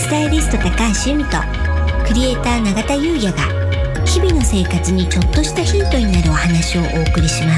スタイリスト高橋由美とクリエイター永田優也が日々の生活にちょっとしたヒントになるお話をお送りします。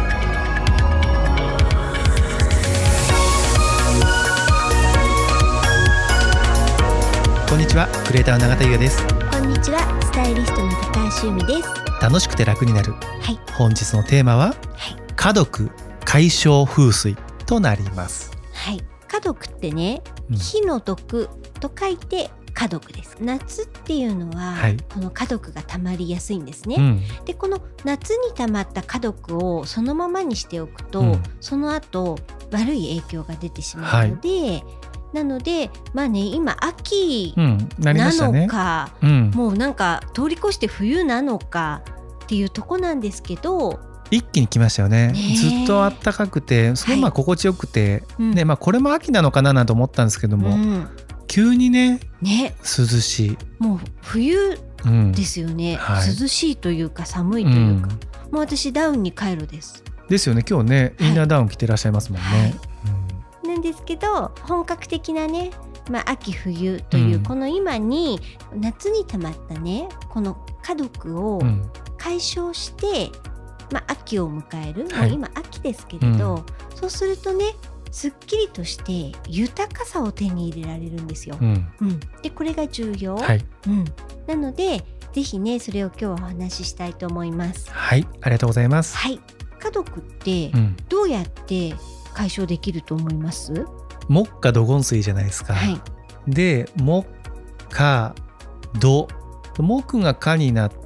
こんにちは、クリエイター永田優也です。 こんにちは、スタイリストの高橋由美です。 楽しくて楽になる、 はい、 本日のテーマは、家毒解消風水となります。 はい、家毒ってね、火の毒と書いて家毒です。夏っていうのは、この家毒が溜まりやすいんですね、でこの夏に溜まった家毒をそのままにしておくと、その後悪い影響が出てしまうので、なのでまあね、今秋なのか、もうなんか通り越して冬なのかっていうとこなんですけど、 一気に来ましたよね。ずっと暖かくてすごい心地よくて、これも秋なのかななんて思ったんですけども、急にね涼しい、もう冬ですよね、涼しいというか寒いというか、もう私ダウンに帰るですよね。今日ね、インナーダウン着てらっしゃいますもんね、 なんですけど、本格的なね、秋冬というこの今に、夏に溜まったねこの家毒を解消して、秋を迎える、もう今秋ですけれど、そうするとね、すっきりとして豊かさを手に入れられるんですよ、でこれが重要、なのでぜひね、それを今日はお話ししたいと思います。 はい、ありがとうございます。 家毒ってどうやって解消できると思います？ 木火土金水じゃないですか、で木火土、木が火になって、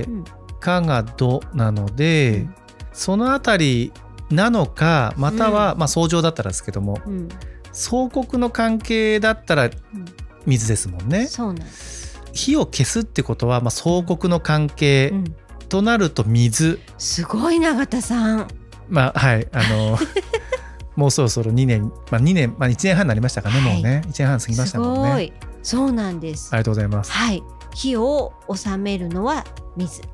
火が土なので、そのあたりなのか、または、相乗だったらですけども、相克の関係だったら水ですもんね。 そうなんです。 火を消すってことは、相克の関係となると水、 すごい永田さん。 もうそろそろ2年、1年半になりましたかね、もうね1年半過ぎましたもんね。 すごい、そうなんです。 ありがとうございます。 火を収めるのは水。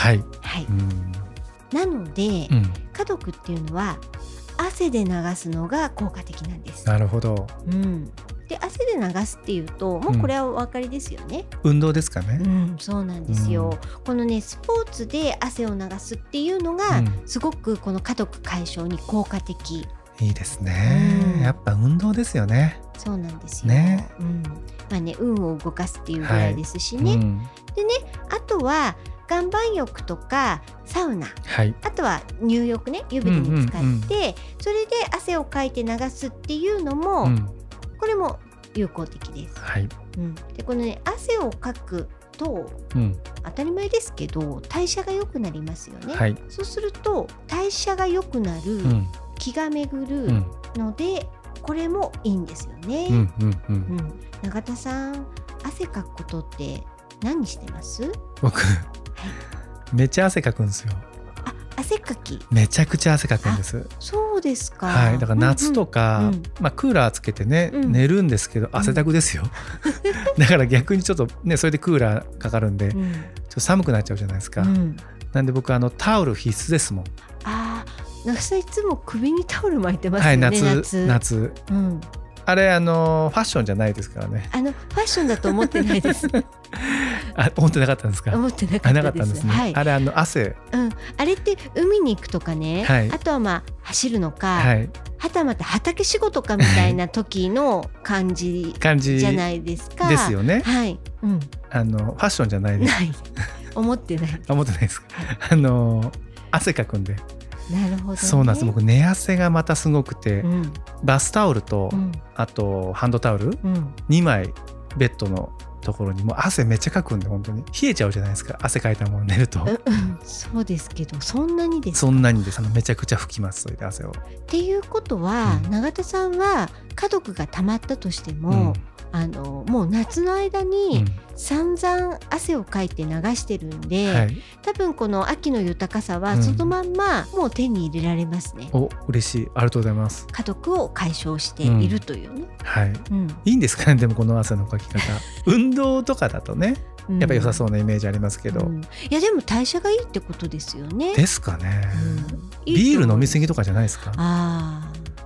なので、家毒っていうのは汗で流すのが効果的なんです。 なるほど、 で汗で流すっていうと、もうこれはお分かりですよね、 運動ですかね。 そうなんですよ、このね、スポーツで汗を流すっていうのが、すごくこの家毒解消に効果的。 いいですね、やっぱ運動ですよね。 そうなんですよ、運を動かすっていうぐらいですしね、でね、あとは岩盤浴とかサウナ、あとは入浴ね、湯船に使って、それで汗をかいて流すっていうのも、これも有効的です、でこのね、汗をかくと、当たり前ですけど代謝が良くなりますよね、そうすると代謝が良くなる、気が巡るので、これもいいんですよね。永田さん、汗かくことって何してます？ 僕、めっちゃ汗かくんですよ。 汗かきめちゃくちゃ汗かくんです。 そうですか。 だから夏とか、クーラーつけてね、寝るんですけど汗だくですよ、だから逆にちょっとね、それでクーラーかかるんで、ちょっと寒くなっちゃうじゃないですか、なんで僕タオル必須ですもん。 中さんいつも首にタオル巻いてますよね、 夏、あれファッションじゃないですからね。 ファッションだと思ってないです思ってなかったんですか？ 思ってなかったです。 あれ汗、 あれって海に行くとかね、あとは走るのか、はたまた畑仕事かみたいな時の感じじゃないですか。 ですよね。ファッションじゃないです。 思ってないですか。汗かくんで。 なるほどね。 そうなんです。僕寝汗がまたすごくて、バスタオルと、あとハンドタオル、2枚ベッドのところにもう汗めっちゃかくんで、本当に冷えちゃうじゃないですか、汗かいたまま寝ると、 そうですけど、そんなにですか？ そんなにです。めちゃくちゃ拭きます、それで汗を。 っていうことは、永田さんは家毒が溜まったとしても、もう夏の間に散々汗をかいて流してるんで、多分この秋の豊かさはそのまんまもう手に入れられますね。 嬉しい、ありがとうございます。 家毒を解消しているというね、 いいんですかね。でもこの汗のかき方運動とかだとね、やっぱ良さそうなイメージありますけど、 いやでも代謝がいいってことですよね。 ですかね、ビール飲みすぎとかじゃないですか？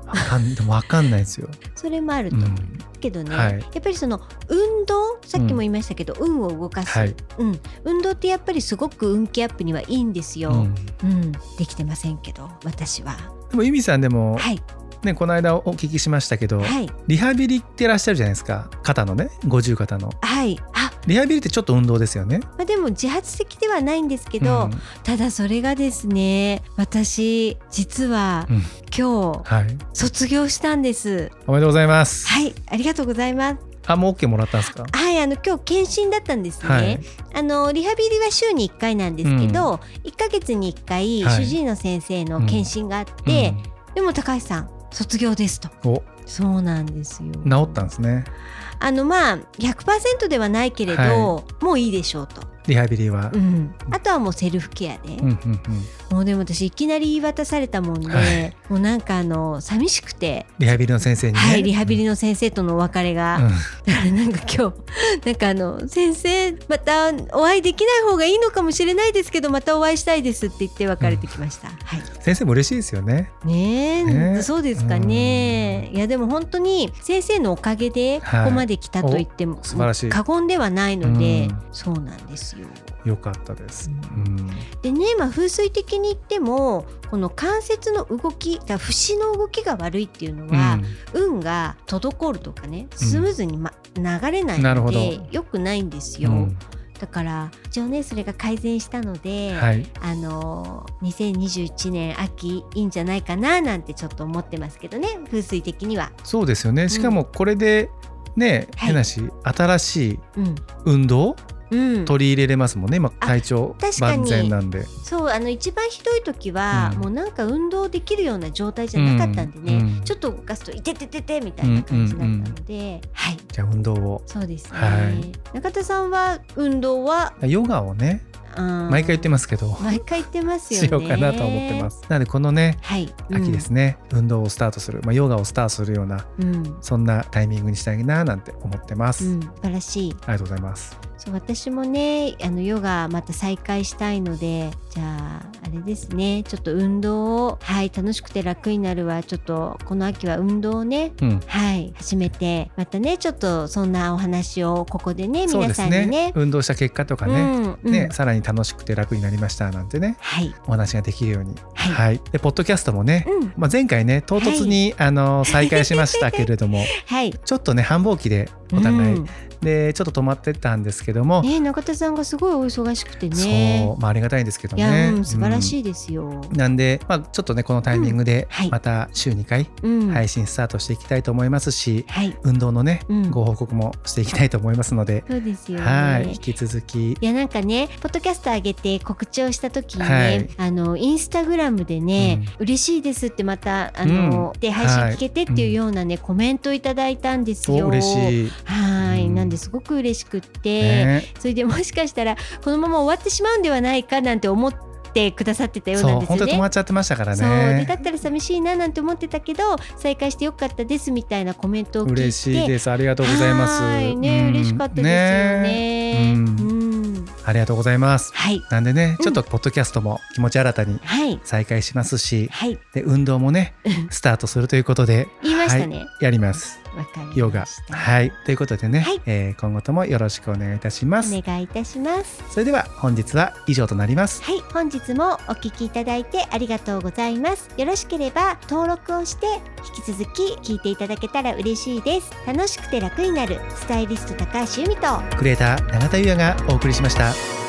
でも分かんないですよ。 それもあると思う、けどね、はい、やっぱりその運動、さっきも言いましたけど、運を動かす、はい、運動ってやっぱりすごく運気アップにはいいんですよ、できてませんけど私は。 でも由美さんでも、はいね、この間お聞きしましたけど、はい、リハビリってらっしゃるじゃないですか、肩のね、五十肩の。はい、リハビリってちょっと運動ですよね。 でも自発的ではないんですけど、ただそれがですね、私実は、今日、卒業したんです。 おめでとうございます。 はい、ありがとうございます。 もう OK もらったんですか？ はい、今日検診だったんですね、はい、リハビリは週に1回なんですけど、1ヶ月に1回、主治医の先生の検診があって、でも高橋さん卒業ですと。そうなんですよ。 治ったんですね。 100% ではないけれど、もういいでしょうと。 リハビリは、 あとはもうセルフケアで、もうでも私いきなり言い渡されたもんで、もうなんか寂しくて、 リハビリの先生にね、 はい、リハビリの先生とのお別れが、だからなんか今日なんか先生またお会いできない方がいいのかもしれないですけど、またお会いしたいですって言って別れてきました、はい、 先生も嬉しいですよね。 ね、そうですかね。いやでも本当に先生のおかげでここまで来たと言っても過言ではないので、そうなんですよ。 よかったです、 でね、風水的に言ってもこの関節の動き、節の動きが悪いっていうのは、運が滞るとかね、スムーズに、流れないので良くないんですよ、だから一応ねそれが改善したので、2021年秋いいんじゃないかななんてちょっと思ってますけどね、風水的には。そうですよね。 しかもこれでね、変なし新しい運動、取り入れれますもんね。今体調万全なんで。 そう、一番ひどい時は、もうなんか運動できるような状態じゃなかったんでね、ちょっと動かすといててててみたいな感じだったので、はい、 じゃあ運動を。 そうですね、中田さんは運動はヨガをね、毎回言ってますけど、 毎回言ってますよね。 しようかなと思ってます。なのでこのね、秋ですね、運動をスタートする、ヨガをスタートするような、そんなタイミングにしたいななんて思ってます、素晴らしい。 ありがとうございます。 そう、私もねヨガまた再開したいので、じゃああれですね、ちょっと運動を、楽しくて楽になるはちょっとこの秋は運動をね、始めて、またねちょっとそんなお話をここでね皆さんにね、 運動した結果とかね、さらに楽しくて楽になりましたなんてね、お話ができるように、でポッドキャストもね、前回ね唐突に、再開しましたけれども、ちょっとね繁忙期でお互い、でちょっと止まってたんですけども、 中田さんがすごいお忙しくてね、 そう、ありがたいんですけどね、 素晴らしいですよ、 なんで、ちょっとねこのタイミングでまた週2回配信スタートしていきたいと思いますし、運動のね、ご報告もしていきたいと思いますので、 そうですよね、 引き続き。いやなんかねポッドキャスト上げて告知をした時にね、インスタグラムでね、嬉しいですってまたで配信聞けてっていうようなね、コメントいただいたんですよ。 嬉しい。 なんですごく嬉しくって、それでもしかしたらこのまま終わってしまうんではないかなんて思ってくださってたようなんですよね。 本当に止まっちゃってましたからね。 そうで、だったら寂しいななんて思ってたけど再開してよかったですみたいなコメントを聞いて、 嬉しいです。ありがとうございます。 嬉しかったですよね。 ありがとうございます。なんでね、ちょっとポッドキャストも気持ち新たに再開しますし、で運動もねスタートするということで、 言いましたね、 やります。ヨガ、ということでね、今後ともよろしくお願いいたします。 お願いいたします。 それでは本日は以上となります。 本日もお聞きいただいてありがとうございます。よろしければ登録をして引き続き聞いていただけたら嬉しいです。楽しくて楽になるスタイリスト高橋由美とクリエイター永田優也がお送りしました。